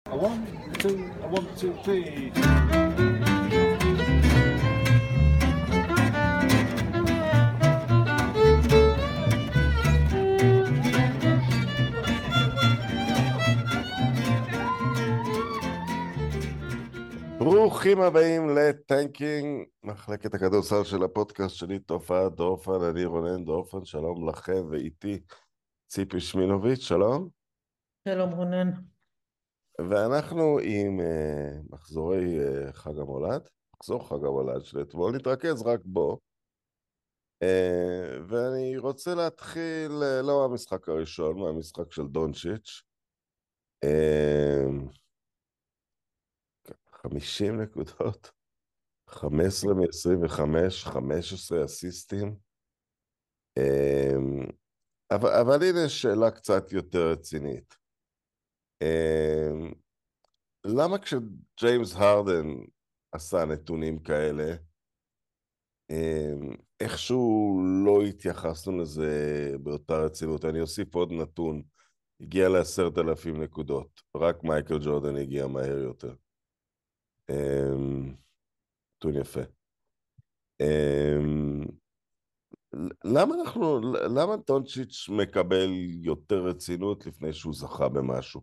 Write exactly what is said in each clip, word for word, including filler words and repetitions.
A one, two, a one, two, three. ברוכים הבאים לטנקינג, מחלקת הכדורסל של הפודקאסט שלי, תופעת דורפן, אני רונן דורפן, שלום לכם, ואיתי ציפי שמינוביץ', שלום. שלום רונן. ואנחנו עם uh, מחזורי uh, חג המולד, מחזור חג המולד של אתמול, נתרכז רק בו. Uh, ואני רוצה להתחיל, uh, לא מהמשחק הראשון, מהמשחק של דונצ'יץ'. Uh, חמישים נקודות. חמש עשרה מ-עשרים וחמש, חמש עשרה אסיסטים. אבל, אבל הנה שאלה קצת יותר רצינית. למה כשג'יימס הרדן עשה נתונים כאלה, איכשהו לא התייחסנו לזה באותה רצינות? אני אוסיף עוד נתון, הגיע לעשרת אלפים נקודות, רק מייקל ג'ורדן הגיע מהר יותר. נתון יפה. למה אנחנו, למה דונצ'יץ' מקבל יותר רצינות לפני שהוא זכה במשהו?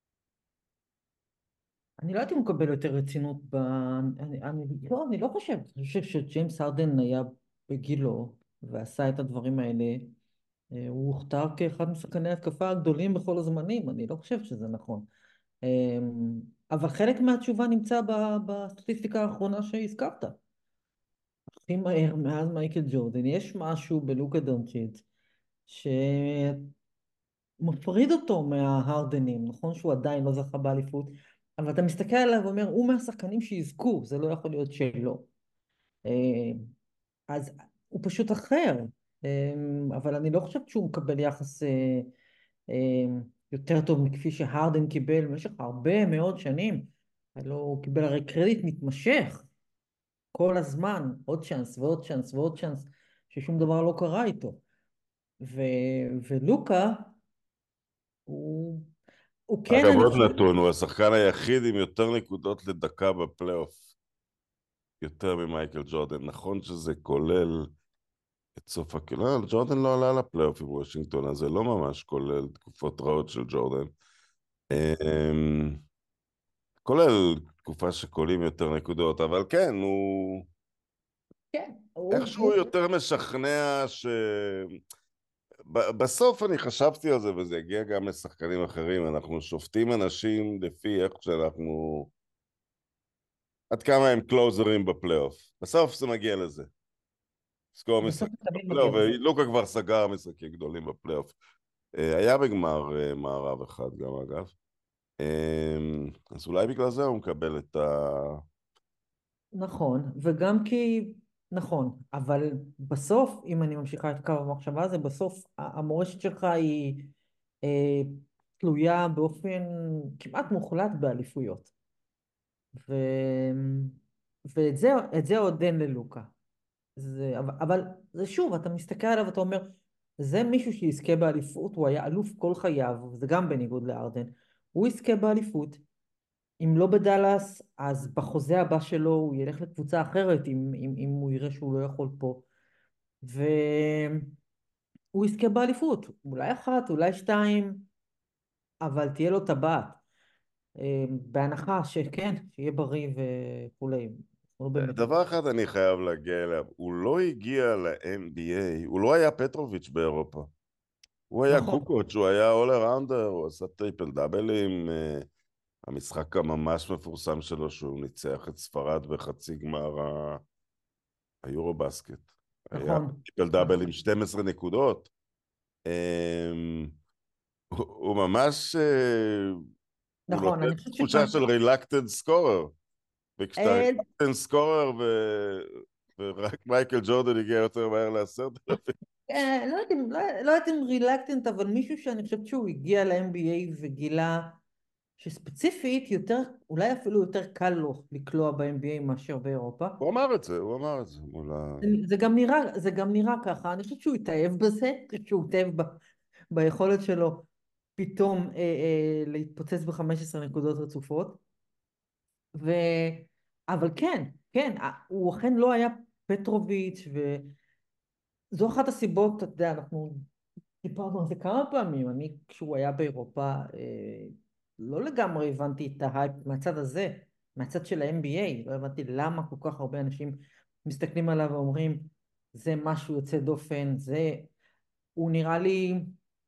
אני לא הייתי מקבל יותר רצינות ב... אני, אני, לא, אני לא חושב. אני חושב שג'יימס הרדן היה בגילו ועשה את הדברים האלה. אה, הוא הוכתר כאחד משחקני התקפה הגדולים בכל הזמנים. אני לא חושב שזה נכון. אה, אבל חלק מהתשובה נמצא ב- בסטטיסטיקה האחרונה שהזכרת. הכי מהר מאז מייקל ג'ורדן. יש משהו בלוקה דונצ'יץ' מפריד אותו מההרדנים. נכון שהוא עדיין לא זכה באליפות, אבל אתה מסתכל עליו ואומר, הוא מהשחקנים שיזכו, זה לא יכול להיות שלא. אה, אז הוא פשוט אחר. אה, אבל אני לא חושבת שהוא מקבל יחס אה, אה, יותר טוב מכפי שהרדן קיבל במשך הרבה מאוד שנים. הלוא הוא קיבל הרי קרדיט מתמשך כל הזמן, עוד צ'אנס ועוד צ'אנס ועוד צ'אנס, ששום דבר לא קרה איתו. ו... ולוקה, הוא הוא כן, אגב, אני עוד חושבת, נתון, הוא השחקן היחיד עם יותר נקודות לדקה בפלייאוף, יותר ממייקל ג'ורדן. נכון שזה כולל את סוף הכלל, לא, ג'ורדן לא עלה לפלייאוף עם וושינגטון, אז זה לא ממש כולל תקופות רעות של ג'ורדן. אמ, כולל תקופה שקולים יותר נקודות, אבל כן, הוא כן, הוא, איכשהו הוא, יותר משכנע ש... ב- בסוף אני חשבתי על זה, וזה הגיע גם לשחקנים אחרים, אנחנו שופטים אנשים לפי איך שאנחנו... עד כמה הם קלוזרים בפלייאוף. בסוף זה מגיע לזה. סגור בסוף משחקים תמיד מגיע בפלייאוף, לזה. ולוקה כבר סגר משחקים גדולים בפלייאוף. אה, היה בגמר אה, מערב אחד גם אגב. אה, אז אולי בגלל זה הוא מקבל את ה... נכון, וגם כי, נכון, אבל בסוף, אם אני ממשיכה את קו המחשבה הזה, בסוף ה- המורשת שלך היא אה, תלויה באופן כמעט מוחלט באליפויות. ו... ואת זה, את זה עוד אין ללוקה. זה, אבל, אבל זה שוב, אתה מסתכל עליו ואתה אומר, זה מישהו שיזכה באליפות, הוא היה אלוף כל חייו, זה גם בניגוד לארדן, הוא יזכה באליפות, אם לא בדלס, אז בחוזה הבא שלו הוא ילך לקבוצה אחרת, אם, אם, אם הוא יראה שהוא לא יכול פה, והוא יזכה באליפות, אולי אחת, אולי שתיים, אבל תהיה לו טבעת, אה, בהנחה שכן, שיהיה בריא וכולי, לא באמת יודע. דבר אחד אני חייב להגיע אליו, הוא לא הגיע ל-אן בי איי, הוא לא היה פטרוביץ' באירופה. הוא היה נכון, קוקוץ', הוא היה אול אראונדר, הוא עשה טריפל דאבלים, אה, המשחק הממש מפורסם שלו שהוא ניצח את ספרד בחצי גמר ה- היורו בסקט. היה נכון, טריפל דאבל נכון, עם שתים עשרה נקודות. אמ, הוא הוא ממש, אה, הוא נכון, נותן אני חושבת תחושה שכאן, של רילקטד סקורר. וכשאתה אה, רילקטד סקורר ו... ורק מייקל ג'ורדן הגיע יותר מהר לעשרת אלפים. אה, לא יודעת אם, לא, לא יודעת אם רילקטנט, אבל מישהו שאני חושבת שהוא הגיע ל-אן בי איי וגילה שספציפית יותר, אולי אפילו יותר קל לו לקלוע ב-אן בי איי מאשר באירופה. הוא אמר את זה, הוא אמר את זה מול ה... זה, זה גם נראה, זה גם נראה ככה, אני חושבת שהוא התאהב בזה, שהוא התאהב ב, ביכולת שלו פתאום אה, אה, להתפוצץ ב-חמש עשרה נקודות רצופות. ו... אבל כן, כן, אה, הוא אכן לא היה פטרוביץ', וזו אחת הסיבות, אתה יודע, אנחנו דיברנו על זה כמה פעמים. אני, כשהוא היה באירופה, אה, לא לגמרי הבנתי את ההייפ מהצד הזה, מהצד של ה-אן בי איי. לא הבנתי למה כל כך הרבה אנשים מסתכלים עליו ואומרים, זה משהו יוצא דופן, זה... הוא נראה לי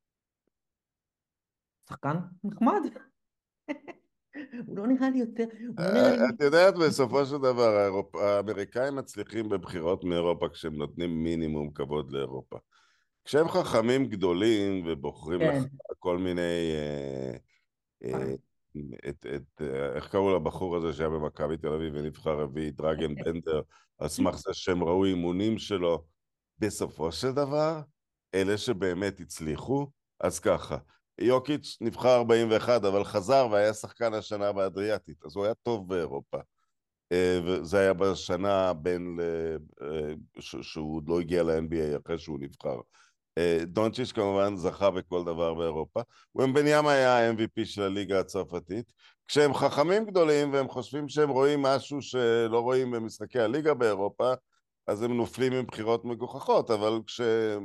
שחקן נחמד. הוא לא נראה לי יותר, הוא לא נראה לי... את יודעת, בסופו של דבר, האירופ... האמריקאים מצליחים בבחירות מאירופה כשהם נותנים מינימום כבוד לאירופה. כשהם חכמים גדולים ובוחרים לך כן. כל מיני... אה, אה, את, את, אה, איך קראו לבחור הזה שהיה במכבי תל אביב ונבחר רביעי, דרגן בנדר, על סמך זה שהם ראו אימונים שלו. בסופו של דבר, אלה שבאמת הצליחו, אז ככה, יוקיץ' נבחר ארבעים ואחת, אבל חזר והיה שחקן השנה באדריאטית, אז הוא היה טוב באירופה. אה, וזה היה בשנה בין, ל... אה, ש- שהוא עוד לא הגיע ל-אן בי איי אחרי שהוא נבחר. אה, דונצ'יץ' כמובן זכה בכל דבר באירופה. ומבניאמה היה ה-אם וי פי של הליגה הצרפתית. כשהם חכמים גדולים והם חושבים שהם רואים משהו שלא רואים במשחקי הליגה באירופה, אז הם נופלים עם בחירות מגוחכות, אבל כש...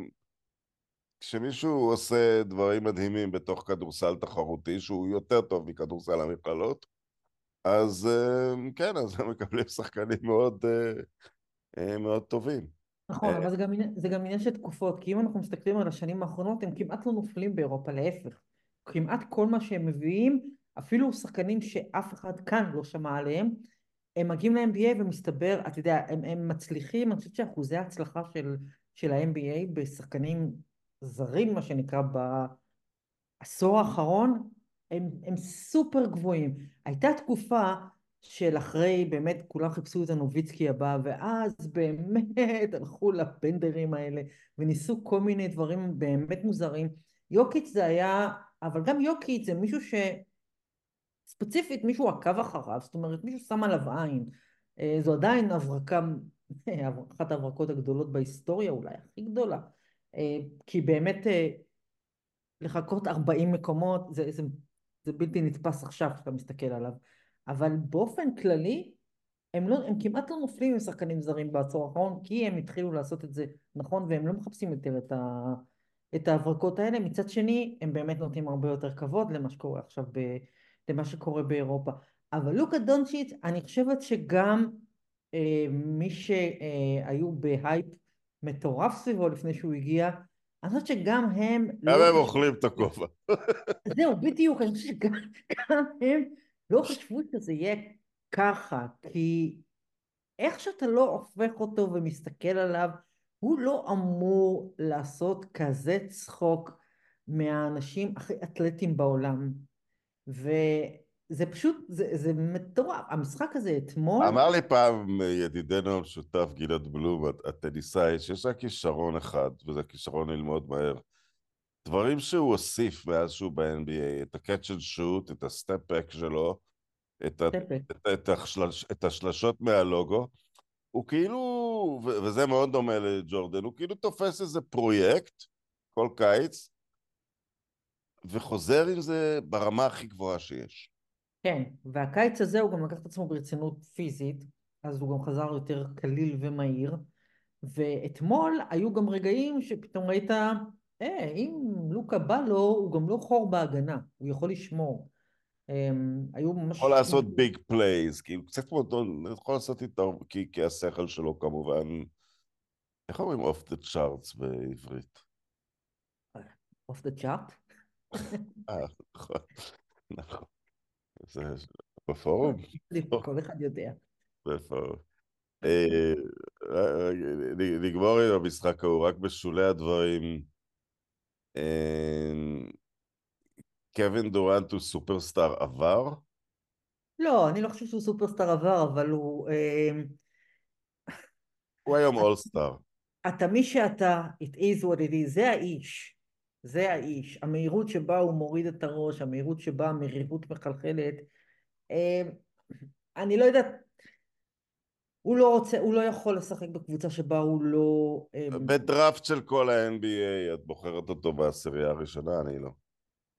כשמישהו עושה דברים מדהימים בתוך כדורסל תחרותי, שהוא יותר טוב מכדורסל המכללות, אז אה, כן, אז הם מקבלים שחקנים מאוד, אה, אה, מאוד טובים. נכון, אה, אבל זה גם, עניין- זה גם עניין של תקופות, כי אם אנחנו מסתכלים על השנים האחרונות, הם כמעט לא נופלים באירופה, להפך. כמעט כל מה שהם מביאים, אפילו שחקנים שאף אחד כאן לא שמע עליהם, הם מגיעים ל-אן בי איי ומסתבר, אתה יודע, הם, הם מצליחים. אני חושבת שאחוזי ההצלחה של, של ה-אן בי איי בשחקנים זרים, מה שנקרא, העשור האחרון, הם, הם סופר גבוהים. הייתה תקופה של אחרי, באמת כולם חיפשו את הנוביצקי הבא, ואז באמת הלכו לפנדרים האלה, וניסו כל מיני דברים באמת מוזרים. יוקיץ' זה היה, אבל גם יוקיץ' זה מישהו ש... ספציפית מישהו עקב אחריו, זאת אומרת מישהו שם עליו עין. אה, זו עדיין הברקה, אחת ההברקות הגדולות בהיסטוריה, אולי הכי גדולה. אה, כי באמת אה, לחכות ארבעים מקומות, זה, זה, זה בלתי נתפס עכשיו כשאתה מסתכל עליו. אבל באופן כללי, הם, לא, הם כמעט לא נופלים עם שחקנים זרים בעשור האחרון, כי הם התחילו לעשות את זה נכון, והם לא מחפשים יותר את, ה, את ההברקות האלה. מצד שני, הם באמת נותנים הרבה יותר כבוד למה שקורה עכשיו, ב, למה שקורה באירופה. אבל לוקה דונצ'יץ', אני חושבת שגם אה, מי שהיו בהייפ מטורף סביבו לפני שהוא הגיע, אני חושבת שגם הם גם לא הם חשבו, אוכלים את הכובע. זהו, בדיוק, אני חושבת שגם גם הם לא חשבו שזה יהיה ככה, כי איך שאתה לא הופך אותו ומסתכל עליו, הוא לא אמור לעשות כזה צחוק מהאנשים הכי אתלטים בעולם. וזה פשוט, זה, זה מטורף. המשחק הזה אתמול, אמר לי פעם ידידנו המשותף גלעד בלום, הטניסאי, שיש רק כישרון אחד, וזה כישרון ללמוד מהר. דברים שהוא הוסיף מאז שהוא ב-אן בי איי, את ה-catch and shoot, את הסטפ-בק שלו, את, ה- טפק, את, את, השלש, את השלשות מהלוגו, הוא כאילו, ו- וזה מאוד דומה לג'ורדן, הוא כאילו תופס איזה פרויקט כל קיץ, וחוזר עם זה ברמה הכי גבוהה שיש. כן, והקיץ הזה הוא גם לקח את עצמו ברצינות פיזית, אז הוא גם חזר יותר קליל ומהיר. ואתמול היו גם רגעים שפתאום ראית, אה, אם לוקה בא לו, הוא גם לא חור בהגנה, הוא יכול לשמור. הם, היו יכול ממש... לעשות ביג פלייז, כאילו קצת כמו, יכול לעשות איתו, כי, כי השכל שלו כמובן, איך אומרים אוף דה צ'ארטס בעברית? אוף דה צ'ארט. אה, נכון, נכון. זה בפורום? כל אחד יודע. בפורום. אה, אה, נגמור עם המשחק ההוא, רק בשולי הדברים. אה, קווין דורנט הוא סופרסטאר עבר? לא, אני לא חושב שהוא סופרסטאר עבר, אבל הוא... אה, הוא היום אולסטאר. אתה מי שאתה, it is what it is, זה האיש. זה האיש. המהירות שבה הוא מוריד את הראש, המהירות שבה המרירות מחלחלת. אה, אני לא יודעת, הוא לא רוצה, הוא לא יכול לשחק בקבוצה שבה הוא לא... אה, בדראפט של כל ה-אן בי איי את בוחרת אותו בעשירייה הראשונה? אני לא.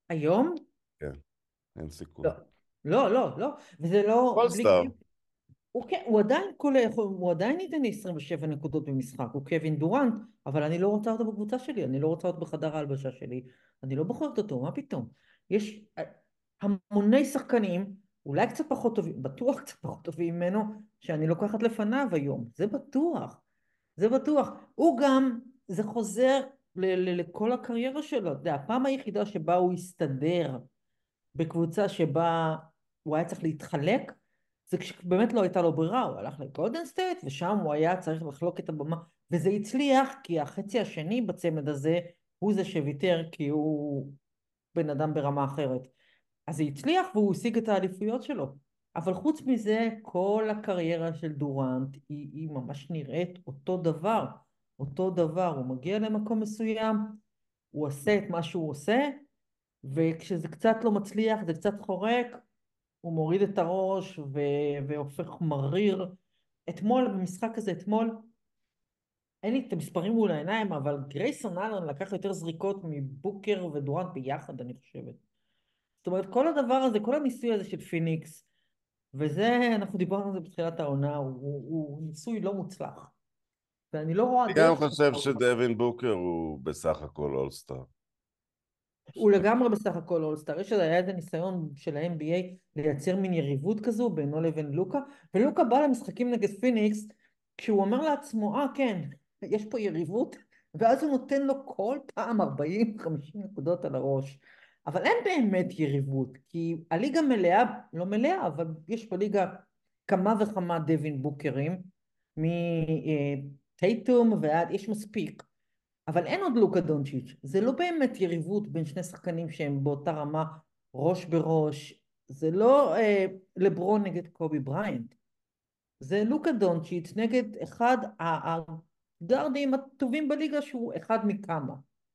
היום? כן, אין סיכוי. לא. לא, לא, לא. וזה לא, בלי אולסטאר. קשר. הוא, כן, הוא עדיין קולה, הוא עדיין ייתן לי עשרים ושבע נקודות במשחק, הוא קווין דורנט, אבל אני לא רוצה אותו בקבוצה שלי, אני לא רוצה אותו בחדר ההלבשה שלי, אני לא בוחרת אותו, מה פתאום? יש אה, המוני שחקנים, אולי קצת פחות טובים, בטוח קצת פחות טובים ממנו, שאני לוקחת לפניו היום, זה בטוח, זה בטוח. הוא גם, זה חוזר ל- ל- לכל הקריירה שלו, אתה יודע, הפעם היחידה שבה הוא הסתדר, בקבוצה שבה הוא היה צריך להתחלק, זה כשבאמת לא הייתה לו ברירה, הוא הלך לגולדן סטייט, ושם הוא היה צריך לחלוק את הבמה, וזה הצליח, כי החצי השני בצמד הזה, הוא זה שוויתר, כי הוא בן אדם ברמה אחרת. אז זה הצליח, והוא השיג את האליפויות שלו. אבל חוץ מזה, כל הקריירה של דורנט, היא, היא ממש נראית אותו דבר. אותו דבר, הוא מגיע למקום מסוים, הוא עושה את מה שהוא עושה, וכשזה קצת לא מצליח, זה קצת חורק, הוא מוריד את הראש ו... והופך מריר. אתמול, במשחק הזה אתמול, אין לי את המספרים מול העיניים, אבל גרייסון אלן לקח יותר זריקות מבוקר ודורנט ביחד, אני חושבת. זאת אומרת, כל הדבר הזה, כל הניסוי הזה של פיניקס, וזה, אנחנו דיברנו על זה בתחילת העונה, הוא, הוא, הוא ניסוי לא מוצלח. ואני לא רואה אני גם דרך... חושב שדווין בוקר הוא בסך הכל אולסטאר. הוא לגמרי בסך הכל אולסטאר. יש היה איזה ניסיון של ה-אן בי איי לייצר מין יריבות כזו בינו לבין לוקה, ולוקה בא למשחקים נגד פיניקס, כשהוא אומר לעצמו, אה כן, יש פה יריבות, ואז הוא נותן לו כל פעם ארבעים חמישים נקודות על הראש. אבל אין באמת יריבות, כי הליגה מלאה, לא מלאה, אבל יש בליגה כמה וכמה דווין בוקרים, מטייטום ועד, יש מספיק. אבל אין עוד לוקה דונצ'יץ', זה לא באמת יריבות בין שני שחקנים שהם באותה רמה ראש בראש, זה לא אה, לברון נגד קובי בריינט, זה לוקה דונצ'יץ' נגד אחד הגארדים הטובים בליגה שהוא אחד מכמה.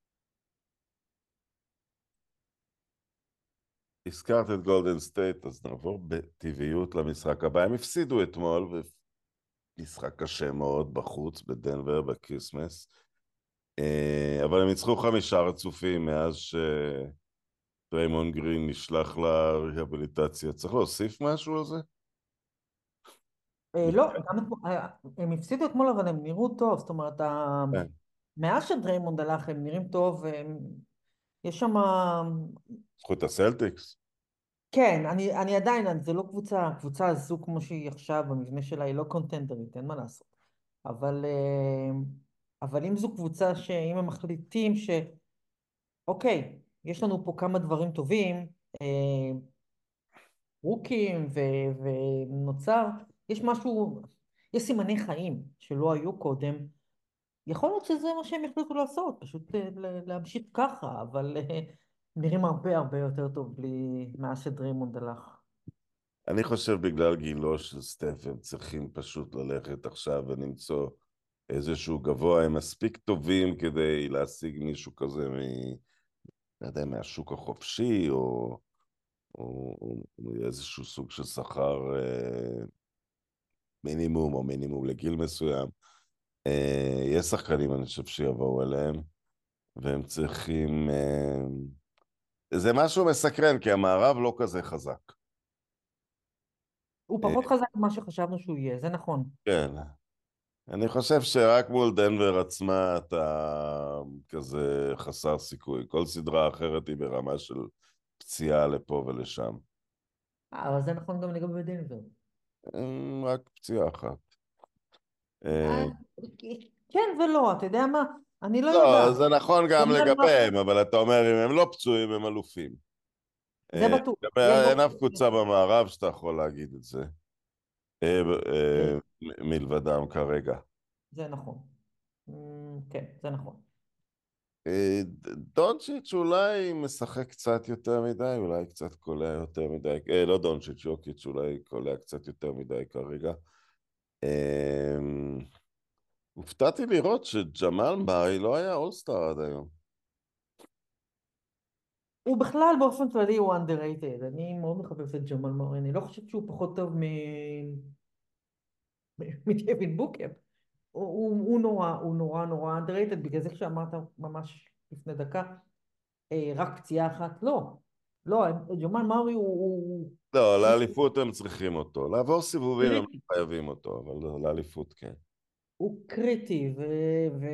הזכרת את גולדן סטייט, אז נעבור בטבעיות למשחק הבא. הם הפסידו אתמול, ומשחק קשה מאוד בחוץ, בדנבר, בקריסמס. אבל הם ניצחו חמישה רצופים מאז שדריימון גרין נשלח לריהביליטציה. צריך להוסיף משהו על זה? אה, לא, גם אתמול, אה, הם הפסידו אתמול אבל הם נראו טוב, זאת אומרת, ה- כן. מאז שדריימונד הלך הם נראים טוב, והם- יש שם... זכו את הסלטיקס. כן, אני, אני עדיין, זה לא קבוצה, הקבוצה הזו כמו שהיא עכשיו, המבנה שלה היא לא קונטנדרית, אין מה לעשות. אבל, אה, אבל אם זו קבוצה שאם הם מחליטים ש... אוקיי, יש לנו פה כמה דברים טובים, אה, רוקים ו, ונוצר, יש משהו, יש סימני חיים שלא היו קודם, יכול להיות שזה מה שהם החליטו לעשות, פשוט אה, ל- להמשיך ככה, אבל אה, נראים הרבה הרבה יותר טוב בלי, מאז שדרימונד הלך. אני חושב בגלל גילו של סטף, הם צריכים פשוט ללכת עכשיו ולמצוא איזשהו גבוה, הם מספיק טובים כדי להשיג מישהו כזה מ... לא יודע, מהשוק החופשי, או, או, או איזשהו סוג של שכר אה, מינימום, או מינימום לגיל מסוים. אה, יש שחקנים, אני חושב, שיבואו אליהם, והם צריכים... אה, זה משהו מסקרן, כי המערב לא כזה חזק. הוא אה, פחות חזק ממה שחשבנו שהוא יהיה, זה נכון. כן. אני חושב שרק מול דנבר עצמה אתה כזה חסר סיכוי. כל סדרה אחרת היא ברמה של פציעה לפה ולשם. אה, אבל זה נכון גם לגבי דנבר. אמ, רק פציעה אחת. אה, אה, כן ולא, אתה יודע מה? אני לא לא, יודעת. זה נכון גם דנבר לא... לגביהם, אבל אתה אומר, אם הם לא פצועים, הם אלופים. זה אה, בטוח. לגבי- הם לא... אין אף קבוצה במערב שאתה יכול להגיד את זה. אה, כן, אה, מ- מלבדם כרגע. זה נכון. אמ, כן, זה נכון. אה, ד- דונצ'יץ' אולי משחק קצת יותר מדי, אולי קצת קולע יותר מדי, אה, לא דונצ'יץ', יוקיץ' אולי קולע קצת יותר מדי כרגע. אה, הופתעתי לראות שג'מאל מארי לא היה אולסטאר עד היום. הוא בכלל באופן כללי הוא underrated. אני מאוד מחבב את ג'מאל מורי. אני לא חושבת שהוא פחות טוב מ... מדייוויד בוקר. הוא, הוא, הוא נורא, הוא נורא נורא underrated. בגלל זה כשאמרת ממש לפני דקה, אה, רק פציעה אחת, לא. לא, ג'מאל מארי הוא, הוא, לא, הוא לאליפות הם צריכים אותו. לעבור סיבובים הם קריטי, לא חייבים אותו, אבל לאליפות כן. הוא קריטי, ו... ו...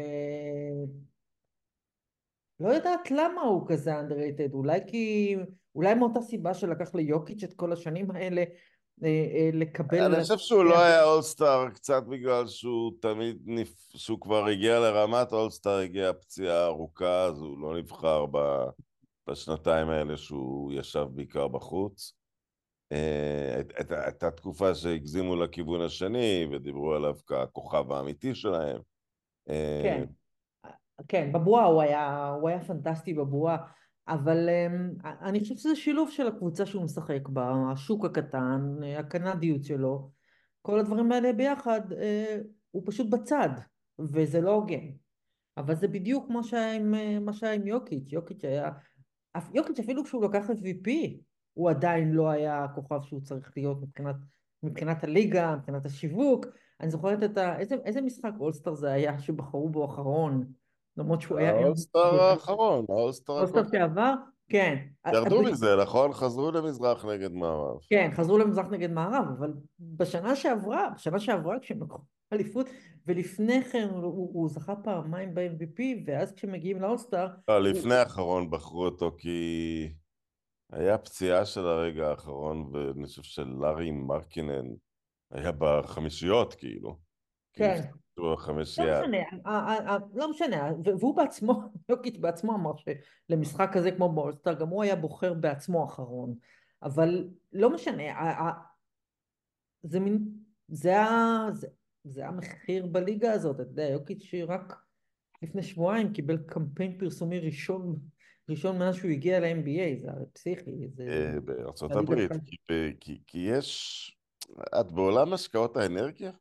לא יודעת למה הוא כזה underrated, אולי כי, אולי מאותה סיבה שלקח ליוקיץ' את כל השנים האלה אה, אה, אני לקבל, חושב שהוא לא היה אולסטאר קצת בגלל שהוא תמיד, נפ... שהוא כבר הגיע לרמת אולסטאר, הגיעה פציעה ארוכה, אז הוא לא נבחר ב... בשנתיים האלה שהוא ישב בעיקר בחוץ. אה, הייתה תקופה שהגזימו לכיוון השני ודיברו עליו ככוכב האמיתי שלהם. אה, כן, כן, בבועה הוא היה, הוא היה פנטסטי בבועה, אבל אמ, אני חושבת שזה שילוב של הקבוצה שהוא משחק בה, השוק הקטן, הקנדיות שלו, כל הדברים האלה ביחד, אה, הוא פשוט בצד, וזה לא הוגן. אבל זה בדיוק כמו שהיה עם, אה, מה שהיה עם יוקיץ', יוקיץ' היה, אף- יוקיץ' אפילו כשהוא לקח את וי פי, הוא עדיין לא היה הכוכב שהוא צריך להיות מבחינת, מבחינת הליגה, מבחינת השיווק. אני זוכרת את ה... איזה, איזה משחק אולסטאר זה היה שבחרו בו אחרון, למרות שהוא היה האולסטאר אם-וי פי. האחרון, האולסטאר אולסטאר הקודם. שעבר? כן. ה- ה- ירדו בדיוק, מזה, נכון? חזרו למזרח נגד מערב. כן, חזרו למזרח נגד מערב, אבל בשנה שעברה, בשנה שעברה כשהם לקחו אליפות, ולפני כן הוא, הוא, הוא זכה פעמיים ב-אם וי פי, ואז כשמגיעים לאולסטאר, לא, הוא... לפני האחרון בחרו אותו כי היה פציעה של הרגע האחרון, ואני חושב שלארי מרקינן היה בחמישיות, כאילו. כי כן, נפצעו לא החמישייה. משנה, ה- ה- ה- לא משנה, ו- והוא בעצמו, יוקיץ' בעצמו אמר שלמשחק כזה כמו באולסטאר, גם הוא היה בוחר בעצמו אחרון, אבל לא משנה, ה- ה- זה מין, זה ה- זה- זה המחיר בליגה הזאת, אתה יודע, יוקיץ' רק לפני שבועיים קיבל קמפיין פרסומי ראשון, ראשון מאז שהוא הגיע ל-אן בי איי, זה הרי פסיכי, זה אה, בארצות הליגה הברית, בכלל, כי, כי, כי יש... את בעולם השקעות האנרגיה?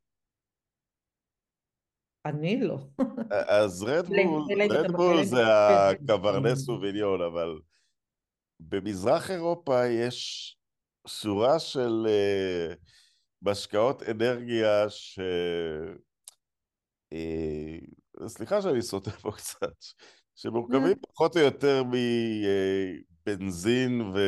אני לא, אז אלא אם רדבול, אלא אם אתה אלא רדבול אם אתה זה חושב שהם הקברנה משקיעים. סוביניון, אבל במזרח אירופה יש שורה של אה, בהשקעות אנרגיה ש... אה, סליחה שאני סוטה פה קצת, שמורכבים פחות או יותר מבנזין ו...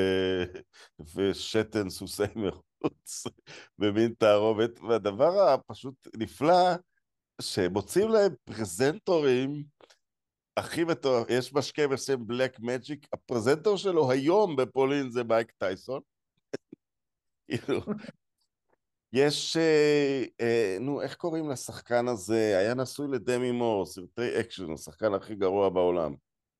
ושתן סוסי מרוץ במין תערובת, והדבר הפשוט נפלא, שמוצאים להם פרזנטורים הכי מטורף, יש משקה בשם בלק מג'יק, הפרזנטור שלו היום בפולין זה מייק טייסון, כאילו, יש, אה, אה, נו, איך קוראים לשחקן הזה? היה נשוי לדמי מור, סרטי אקשן, השחקן הכי גרוע בעולם.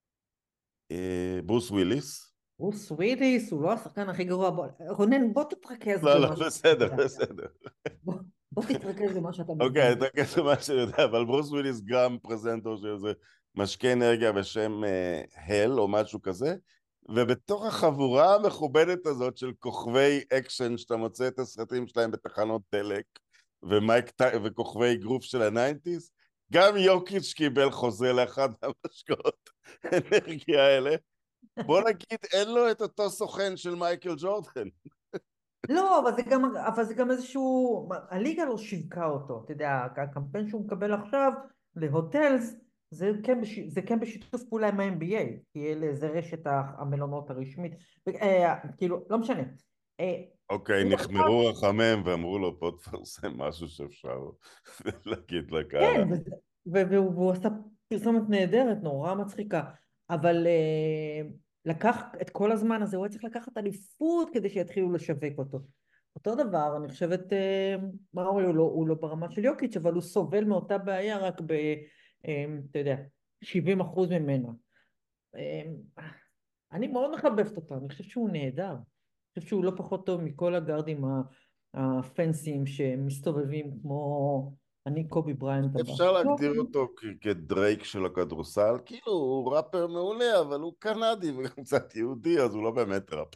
אה, ברוס וויליס? רוס וויליס הוא לא השחקן הכי גרוע. בוא, רונן, בוא תתרכז לא, לא, במה שאתה בסדר, יודע. בסדר. בוא, בוא תתרכז במה שאתה אוקיי, מבין. אתה כזה מה שאני יודע, אבל ברוס וויליס גם פרזנטור של איזה משקה אנרגיה בשם אה, הל או משהו כזה, ובתוך החבורה המכובדת הזאת של כוכבי אקשן, שאתה מוצא את הסרטים שלהם בתחנות דלק, ומייק טי... וכוכבי גרוף של הניינטיז, גם יוקיץ' קיבל חוזה לאחד מהמשקאות האנרגיה האלה. בוא נגיד, אין לו את אותו סוכן של מייקל ג'ורדן. לא, אבל זה גם, אבל זה גם איזשהו, הליגה לא שיווקה אותו, אתה יודע, הקמפיין שהוא מקבל עכשיו להוטלס, זה כן, בש, זה כן בשיתוף פעולה עם ה-אן בי איי, כי אלה, זה רשת המלונות הרשמית, אה, כאילו, לא משנה. אה, אוקיי, הוא עכשיו, נחמרו רחמיהם ואמרו לו, בוא תפרסם משהו שאפשר להגיד לקהל. כן, וזה- ו- והוא והוא עשה פרסומת נהדרת, נורא מצחיקה, אבל אה, לקח את כל הזמן הזה, הוא היה צריך לקחת אליפות כדי שיתחילו לשווק אותו. אותו דבר, אני חושבת, אה, מאורי הוא לא, הוא לא ברמה של יוקיץ', אבל הוא סובל מאותה בעיה רק ב, אה, אתה יודע, שבעים אחוז ממנה. אה, אני מאוד מחבבת אותו, אני חושבת שהוא נהדר. אני חושבת שהוא לא פחות טוב מכל הגארדים ה- הפנסיים שמסתובבים כמו אני קובי בריינט הבא. אפשר לא, להגדיר אותו כ- כדרייק של הכדורסל, כאילו הוא ראפר מעולה, אבל הוא קנדי וגם קצת יהודי, אז הוא לא באמת ראפר.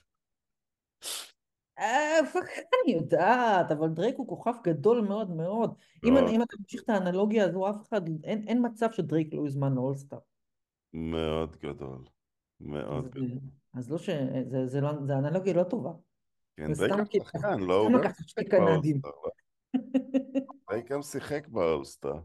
אה, אני יודעת, אבל דרייק הוא כוכב גדול מאוד מאוד. אם, אני- מאוד, אם אתה ממשיך את האנלוגיה הזו, אף אחד, אין, אין מצב שדרייק לא יוזמן לאולסטאר. מאוד גדול, אז, מאוד גדול. אז לא ש... זה, זה, לא, זה אנלוגיה לא טובה. כן, זה דרייק סתם, גם כי- שחקן, לא? הוא סתם גם לקחת שתי שיחק קנדים. באולסטאר, לא? דרייק גם שיחק באולסטאר.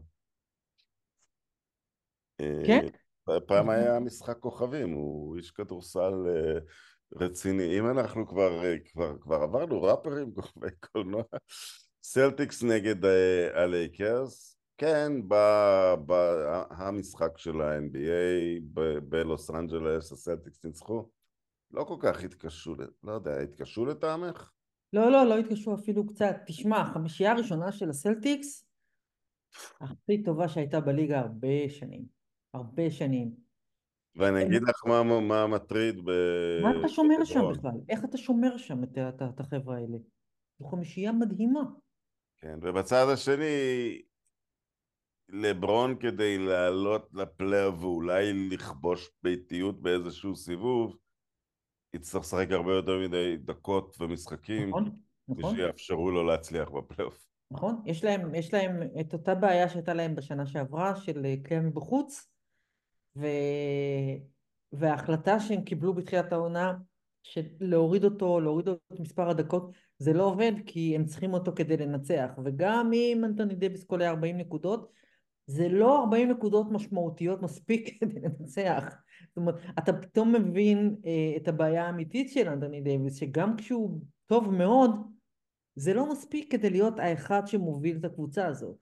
כן? אה, פעם היה משחק כוכבים, הוא איש כדורסל, אה, רציני, אם אנחנו כבר, כבר, כבר עברנו ראפרים, כוכבי קולנוע, סלטיקס נגד אה, הלייקרס, כן, ב, ב, המשחק של ה-אן בי איי ב- בלוס אנג'לס, הסלטיקס ניצחו, לא כל כך התקשו, ל- לא יודע, התקשו לטעמך? לא, לא, לא התקשו אפילו קצת. תשמע, החמישייה הראשונה של הסלטיקס, הכי טובה שהייתה בליגה הרבה שנים. הרבה שנים. ואני הם- אגיד לך מה, מה מטריד ב... מה אתה שומר שם בלברון, בכלל? איך אתה שומר שם את, את, את החבר'ה האלה? זו חמישייה מדהימה. כן, ובצד השני, לברון כדי לעלות לפלייאוף ואולי לכבוש ביתיות באיזשהו סיבוב, יצטרך לשחק הרבה יותר מדי דקות ומשחקים נכון, נכון, שיאפשרו לו להצליח בפלייאוף. נכון. יש להם, יש להם את אותה בעיה שהייתה להם בשנה שעברה של אה, כליאה מבחוץ, ו... וההחלטה שהם קיבלו בתחילת העונה, שלהוריד אותו, להוריד את מספר הדקות, זה לא עובד כי הם צריכים אותו כדי לנצח. וגם אם אנטוני דייוויס קולע ארבעים נקודות, זה לא ארבעים נקודות משמעותיות מספיק כדי לנצח. זאת אומרת, אתה פתאום מבין אה, את הבעיה האמיתית של אנטוני דייוויס, שגם כשהוא טוב מאוד, זה לא מספיק כדי להיות האחד שמוביל את הקבוצה הזאת.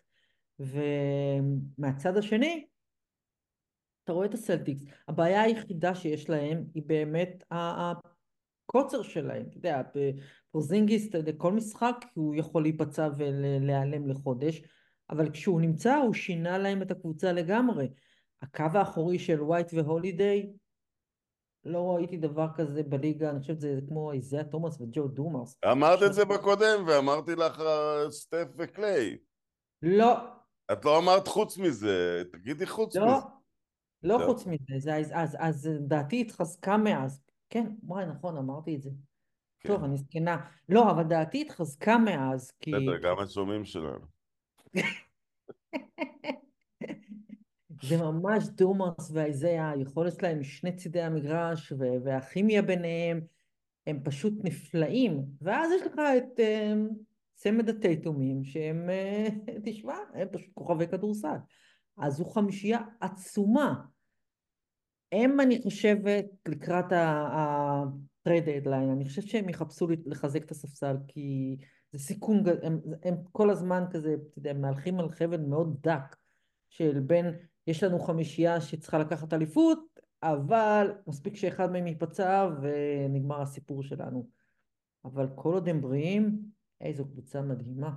ומהצד השני, אתה רואה את הסלטיקס, הבעיה היחידה שיש להם היא באמת ה- הקוצר שלהם. אתה יודע, פרוזינגיס, אתה יודע, כל משחק הוא יכול להיפצע ולהיעלם לחודש, אבל כשהוא נמצא הוא שינה להם את הקבוצה לגמרי. הקו האחורי של ווייט והולידיי, לא ראיתי דבר כזה בליגה. אני חושבת שזה כמו איזיה תומאס וג'ו דומאס. אמרת את פשוט זה בקודם ואמרתי לך אה, סטף וקליי. לא, את לא אמרת חוץ מזה, תגידי חוץ לא, מזה. לא טוב, חוץ מזה. זה, אז, אז, אז דעתי התחזקה מאז. כן, וואי, נכון, אמרתי את זה. כן, טוב, אני זקנה. לא, אבל דעתי התחזקה מאז, בסדר, כי גם השומעים שלנו. זה ממש דומאס ואיזיה, היכולת שלהם משני צידי המגרש, ו- והכימיה ביניהם, הם פשוט נפלאים. ואז יש לך את אה, צמד הטייטומים, שהם, אה, תשמע, הם פשוט כוכבי כדורסל. אז זו חמישייה עצומה. הם, אני חושבת, לקראת ה-trade deadline, אני חושבת שהם יחפשו לחזק את הספסל, כי זה סיכון, ג- הם, הם כל הזמן כזה, אתה יודע, מהלכים על חבל מאוד דק, של בין, יש לנו חמישייה שצריכה לקחת אליפות, אבל מספיק שאחד מהם ייפצע ונגמר הסיפור שלנו. אבל כל עוד הם בריאים, איזו קבוצה מדהימה.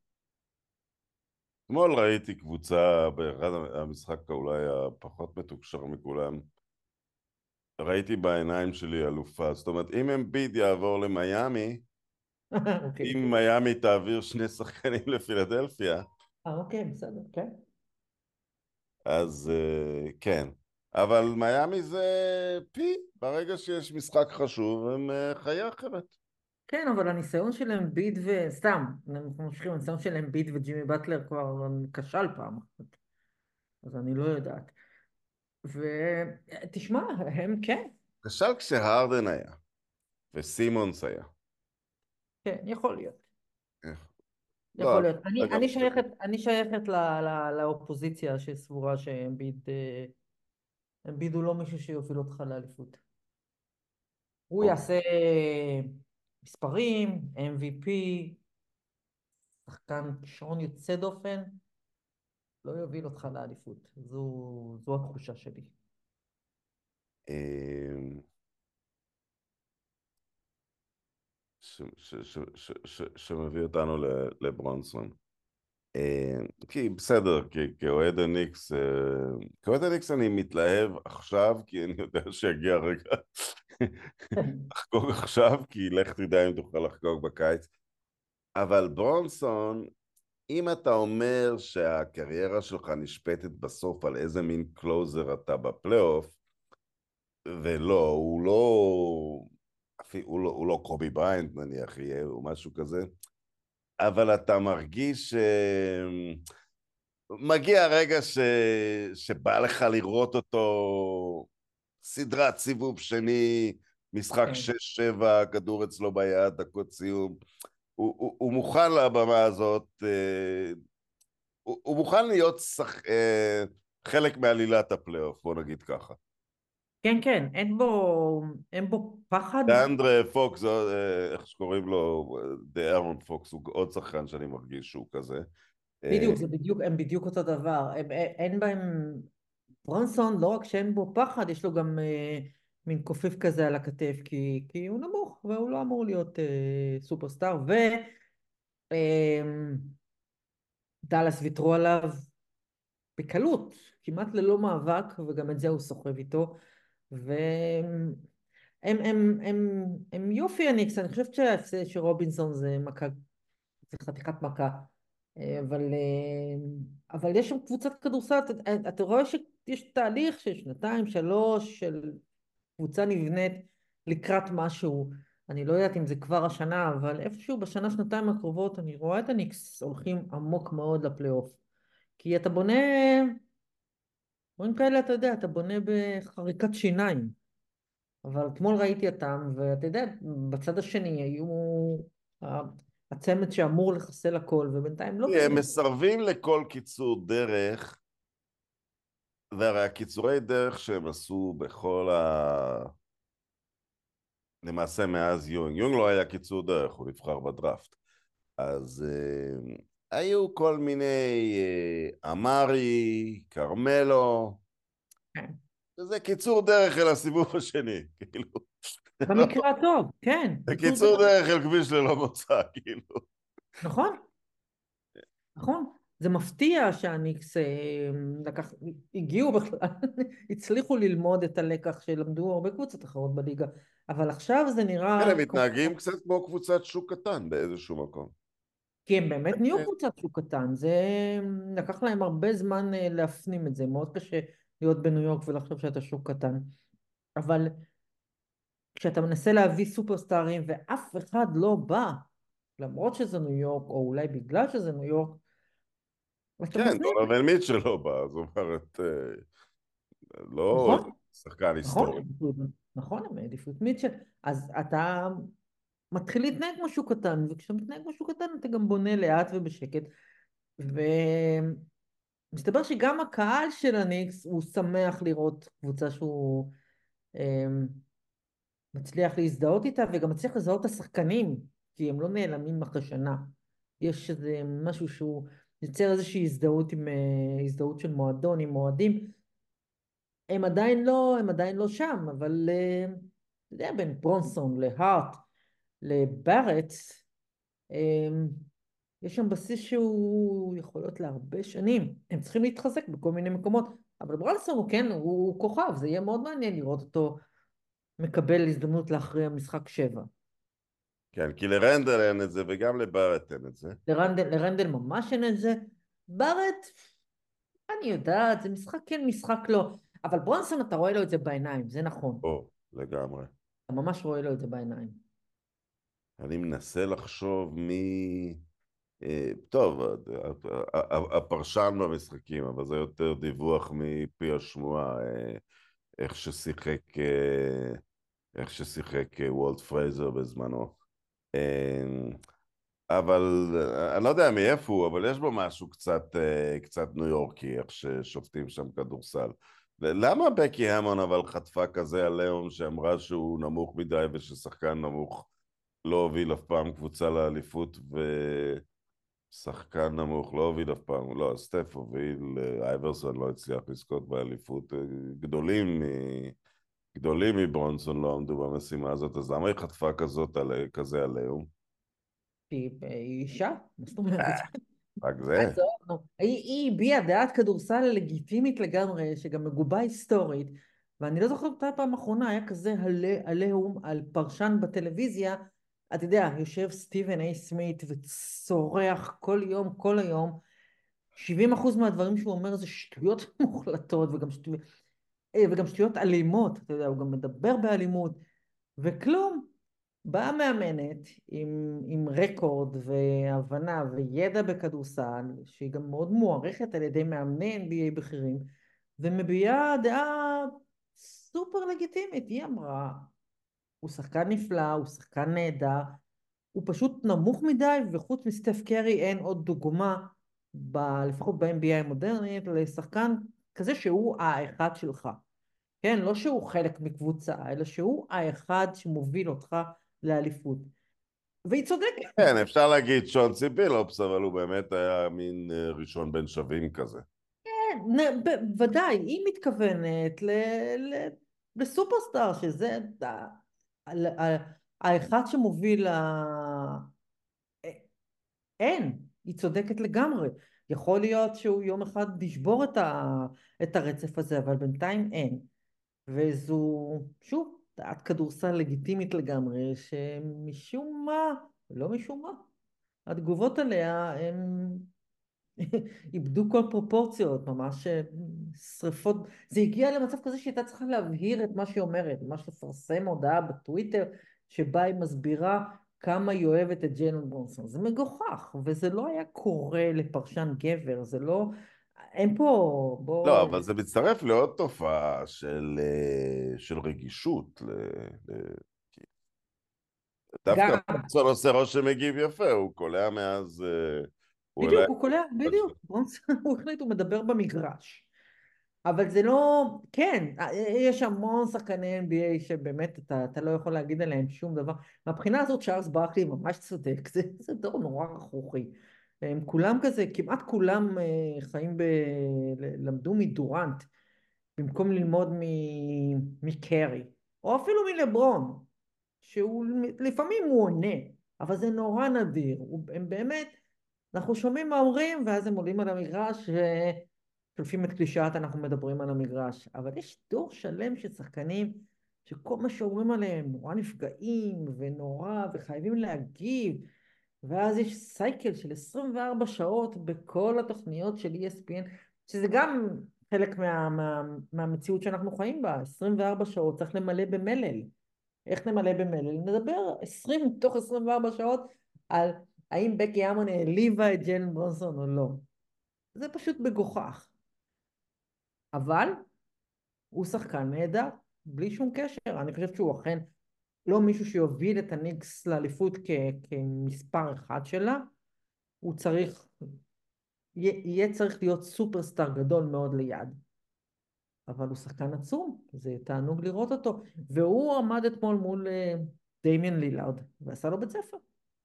אתמול ראיתי קבוצה באחד המשחק אולי הפחות מתוקשר מכולם, ראיתי בעיניים שלי אלופה, זאת אומרת אם אמביד יעבור למיאמי, אוקיי. אם מיאמי תעביר שני שחקנים לפילדלפיה, אה, אוקיי, בסדר, כן. אז uh, כן, אבל מיאמי זה פי, ברגע שיש משחק חשוב הם uh, חיי אחרת. כן, אבל הניסיון של אמביד וסתם, אנחנו ממשיכים, הניסיון של אמביד וג'ימי באטלר כבר כשל פעם אחת, אז אני לא יודעת. ותשמע, הם כן, כשל כשהרדן היה וסימונס היה. כן, יכול להיות. איך? לא, יכול להיות. אני, אגב, אני שייכת, אני שייכת ל, ל, לאופוזיציה שסבורה שאמביד אה, אמביד הוא לא מישהו שיוביל אותך לאליפות. הוא אוקיי. יעשה מספרים, אם וי פי, שחקן כישרון יוצא דופן, לא יוביל אותך לאליפות. זו, זו התחושה שלי. אמ, ש- ש- ש- ש- ש- שמביא אותנו ל- לברונסון. אה, כי בסדר, כי- כאוהד הניקס, אה, כאוהד הניקס אני מתלהב עכשיו, כי אני יודע שיגיע הרגע לחגוג עכשיו, כי לך תדע אם תוכל לחגוג בקיץ. אבל ברונסון, אם אתה אומר שהקריירה שלך נשפטת בסוף על איזה מין קלוזר אתה בפלייאוף, ולא, הוא לא, אפילו, הוא לא, הוא לא קובי בריינט נניח, יהיה, או משהו כזה, אבל אתה מרגיש מגיע הרגע ש... שבא לך לראות אותו סדרת סיבוב שני, משחק כן. שש שבע, כדור אצלו ביד, דקות סיום. הוא, הוא, הוא מוכן לבמה הזאת, אה, הוא, הוא מוכן להיות שח... אה, חלק מעלילת הפלייאוף, בוא נגיד ככה. כן, כן, אין בו, אין בו פחד. דאנדרה פוקס, אה, איך שקוראים לו, דארון פוקס, הוא עוד שחקן שאני מרגיש שהוא כזה. אה, בדיוק, זה בדיוק, הם בדיוק אותו דבר. הם, אין בהם, ברונסון, לא רק שאין בו פחד, יש לו גם אה, מין כופף כזה על הכתף, כי, כי הוא נמוך, והוא לא אמור להיות אה, סופרסטאר, ודאלאס ויתרו עליו בקלות, כמעט ללא מאבק, וגם את זה הוא סוחב איתו, והם הם, הם, הם, הם יופי הניקס, אני חושבת שההפסד של רובינסון זה מכה, זה חתיכת מכה, אה, אבל, אה, אבל יש שם קבוצת כדורסל, אתה, אתה רואה שיש תהליך של שנתיים, שלוש, של קבוצה נבנית לקראת משהו, אני לא יודעת אם זה כבר השנה, אבל איפשהו בשנה, שנתיים הקרובות, אני רואה את הניקס הולכים עמוק מאוד לפלייאוף. כי אתה בונה, דברים כאלה, אתה יודע, אתה בונה בחריקת שיניים. אבל אתמול ראיתי אותם, ואתה יודע, בצד השני היו ה- הצמד שאמור לחסל הכל, ובינתיים לא הם באמת. מסרבים לכל קיצור דרך, והרי הקיצורי דרך שהם עשו בכל ה... למעשה מאז יונג, יונג לא היה קיצור דרך, הוא נבחר בדראפט. אז אה, היו כל מיני אה, אמרי, קרמלו, כן. וזה קיצור דרך אל הסיבוב השני, כאילו. לא, במקרה הטוב, כן, זה קיצור קיצור דרך. דרך אל כביש ללא מוצא, כאילו. נכון, נכון. זה מפתיע שהניקס אה, לקח, הגיעו בכלל, הצליחו ללמוד את הלקח שלמדו הרבה קבוצות אחרות בליגה, אבל עכשיו זה כן, נראה הם מתנהגים כמו, קצת כמו קבוצת שוק קטן באיזשהו מקום. כי הם באמת נהיו קבוצת שוק קטן, זה לקח להם הרבה זמן אה, להפנים את זה, מאוד קשה להיות בניו יורק ולחשוב שאתה שוק קטן, אבל כשאתה מנסה להביא סופרסטארים ואף אחד לא בא, למרות שזה ניו יורק, או אולי בגלל שזה ניו יורק, אז אתה כן, מזניח, דונובל מיטשל לא בא, זאת אומרת, אה, לא נכון? שחקן נכון, היסטורי. נכון, הם העדיפו את מיטשל, אז אתה מתחיל להתנהג כמו שוק קטן, וכשאתה מתנהג כמו שוק קטן אתה גם בונה לאט ובשקט, ומסתבר שגם הקהל של הניקס הוא שמח לראות קבוצה שהוא אמ, מצליח להזדהות איתה, וגם מצליח לזהות את השחקנים, כי הם לא נעלמים אחרי שנה. יש איזה משהו שהוא יוצר איזושהי הזדהות עם, אה, הזדהות של מועדון, עם מועדים. הם עדיין לא, הם עדיין לא שם, אבל אה, אתה יודע, בין ברונסון להארט, לברט, אה, יש שם בסיס שהוא יכול להיות להרבה שנים. הם צריכים להתחזק בכל מיני מקומות, אבל ברונסון הוא כן, הוא כוכב, זה יהיה מאוד מעניין לראות אותו מקבל הזדמנות להכריע משחק שבע. כן, כי לרנדל אין את זה, וגם לברט אין את זה. לרנדל, לרנדל ממש אין את זה. בארט, אני יודעת, זה משחק כן, משחק לא. אבל ברונסון אתה רואה לו את זה בעיניים, זה נכון. או, לגמרי. אתה ממש רואה לו את זה בעיניים. אני מנסה לחשוב מי... אה, טוב, ה- ה- הפרשן במשחקים, אבל זה יותר דיווח מפי השמועה, אה, איך ששיחק, אה, איך ששיחק אה, וולט פרייזר בזמנו. אה, אבל אה, אני לא יודע מאיפה הוא, אבל יש בו משהו קצת, אה, קצת ניו יורקי, איך ששופטים שם כדורסל. למה בקי המון אבל חטפה כזה עליהום שאמרה שהוא נמוך מדי וששחקן נמוך לא הוביל אף פעם קבוצה לאליפות ושחקן נמוך לא הוביל אף פעם, לא, סטף הוביל, אה, אייברסון לא הצליח לזכות באליפות, אה, גדולים, מ- גדולים מברונסון לא עמדו במשימה הזאת, אז למה היא חטפה כזאת על, כזה עליהום? היא היא אישה, מה זאת אומרת? רק זה. עזוב, נו. היא היא הביעה דעת כדורסל לגיטימית לגמרי, שגם מגובה היסטורית, ואני לא זוכרת מתי הפעם האחרונה היה כזה עלה- עליהום על פרשן בטלוויזיה, אתה יודע, יושב סטיבן איי סמית וצורח כל יום, כל היום, שבעים אחוז מהדברים שהוא אומר זה שטויות מוחלטות, וגם שטויות, וגם שטויות אלימות, אתה יודע, הוא גם מדבר באלימות, וכלום. באה מאמנת עם, עם רקורד והבנה וידע בכדורסל, שהיא גם מאוד מוערכת על ידי מאמני אן בי איי בכירים, ומביעה דעה סופר לגיטימית. היא אמרה, הוא שחקן נפלא, הוא שחקן נהדר, הוא פשוט נמוך מדי, וחוץ מסטף קרי אין עוד דוגמה, ב, לפחות ב-אן בי איי המודרנית, לשחקן כזה שהוא האחד שלך. כן, לא שהוא חלק מקבוצה, אלא שהוא האחד שמוביל אותך לאליפות. והיא צודקת. כן, אפשר להגיד צ'אנסי בילופס, אבל הוא באמת היה מין אה, ראשון בין שווים כזה. כן, נ- ב- ודאי, היא מתכוונת ל, ל, לסופרסטאר, שזה ה- ה- ה- האחד שמוביל ה... אין, היא צודקת לגמרי. יכול להיות שהוא יום אחד ישבור את, ה, את הרצף הזה, אבל בינתיים אין. וזו, שוב, דעת כדורסל לגיטימית לגמרי, שמשום מה, לא משום מה, התגובות עליה הן איבדו כל פרופורציות, ממש אה, שריפות. זה הגיע למצב כזה שהייתה צריכה להבהיר את מה שהיא אומרת, ממש לפרסם הודעה בטוויטר שבה היא מסבירה כמה היא אוהבת את ג'יילן ברונסון. זה מגוחך, וזה לא היה קורה לפרשן גבר, זה לא... אין פה... לא, בוא... אבל זה מצטרף לעוד תופעה של, אה, של רגישות. ל, ל, דווקא גם, ברונסון עושה רושם מגיב יפה, הוא קולע מאז... אה, הוא עולה... בדיוק, הוא קולע, בדיוק. ברונסון, הוא החליט, הוא מדבר במגרש. אבל זה לא, כן, יש המון שחקני אן בי איי שבאמת אתה, אתה לא יכול להגיד עליהם שום דבר. מהבחינה הזאת צ'ארלס ברקלי ממש צודק, זה, זה דור נורא רכרוכי. הם כולם כזה, כמעט כולם אה, חיים ב... ל- למדו מדורנט, במקום ללמוד מ... מקרי, או אפילו מלברון, שהוא לפעמים הוא עונה, אבל זה נורא נדיר. הוא- הם באמת, אנחנו שומעים מה אומרים, ואז הם עולים על המגרש ושולפים את קלישאת אנחנו מדברים על המגרש. אבל יש דור שלם של שחקנים שכל מה שאומרים עליהם נורא נפגעים ונורא וחייבים להגיב, ואז יש סייקל של עשרים וארבע שעות בכל התוכניות של אי אס פי אן, שזה גם חלק מה, מה, מהמציאות שאנחנו חיים בה. עשרים וארבע שעות צריך למלא במלל. איך נמלא במלל? נדבר עשרים מתוך עשרים וארבע שעות על האם בקי אמון העליבה את ג'יילן ברונסון או לא. זה פשוט מגוחך. אבל הוא שחקן נהדר, בלי שום קשר. אני חושבת שהוא אכן לא מישהו שיוביל את הניקס לאליפות כ- כמספר אחד שלה. הוא צריך, יהיה יהיה צריך להיות סופרסטאר גדול מאוד ליד. אבל הוא שחקן עצום, זה תענוג לראות אותו. והוא עמד אתמול מול אה, דמיאן לילארד, ועשה לו בית ספר.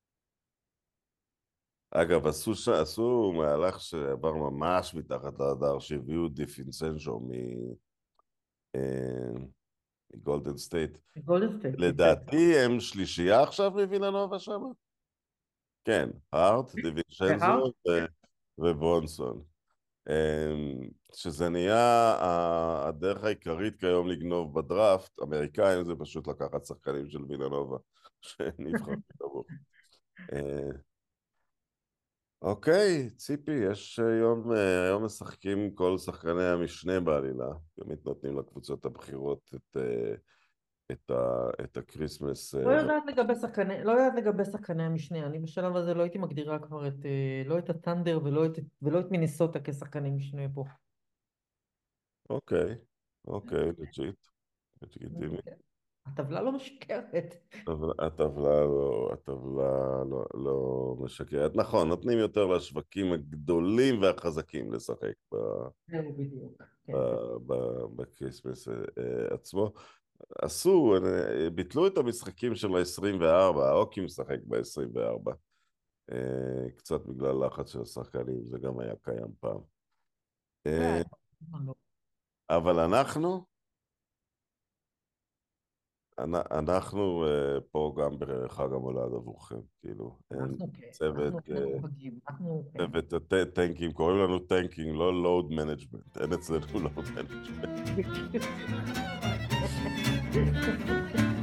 אגב, עשו, ש... עשו מהלך שעבר ממש מתחת לרדאר, שהביאו דיפינסנז'ו מ... אה, מגולדן סטייט. גולדן סטייט, יפה. לדעתי הם שלישייה עכשיו מווילנובה שם? כן, הארט, דיווינצ'נזו והארט? ו... וברונסון. אה, שזה נהיה ה- הדרך העיקרית כיום לגנוב בדראפט, אמריקאים זה פשוט לקחת שחקנים של וילנובה שנבחרים כמוך. אה, אוקיי, ציפי, יש היום, אה, היום משחקים כל שחקני המשנה בעלילה, תמיד נותנים לקבוצות הבכירות את, אה, את, ה, את הקריסמס. לא אה, יודעת לגבי שחקני, לא יודעת לגבי שחקני המשנה. אני בשלב הזה לא הייתי מגדירה כבר את, אה, לא את הטנדר ולא את, ולא את מינסוטה כשחקני משנה פה. אוקיי, אוקיי, לג'יט, לגיטימי. הטבלה לא משקרת. אבל הטבלה לא, הטבלה לא, לא משקרת. נכון, נותנים יותר לשווקים הגדולים והחזקים לשחק ב, זהו בדיוק. כן. ב, ב, בקריסמס אה, עצמו. עשו, אה, ביטלו את המשחקים של ה-עשרים וארבע, האוקי משחק ב-עשרים וארבע. אה, קצת בגלל לחץ של השחקנים, זה גם היה קיים פעם. אה, לא. אבל אנחנו, אנ- אנחנו אה, פה גם בחג המולד עבורכם, כאילו, אין אנחנו כן, צוות, אנחנו אה, מנוהגים, אנחנו כן. צוות הט- טנקים, קוראים לנו טנקינג, לא לואוד מנג'מנט, אין אצלנו לואוד מנג'מנט.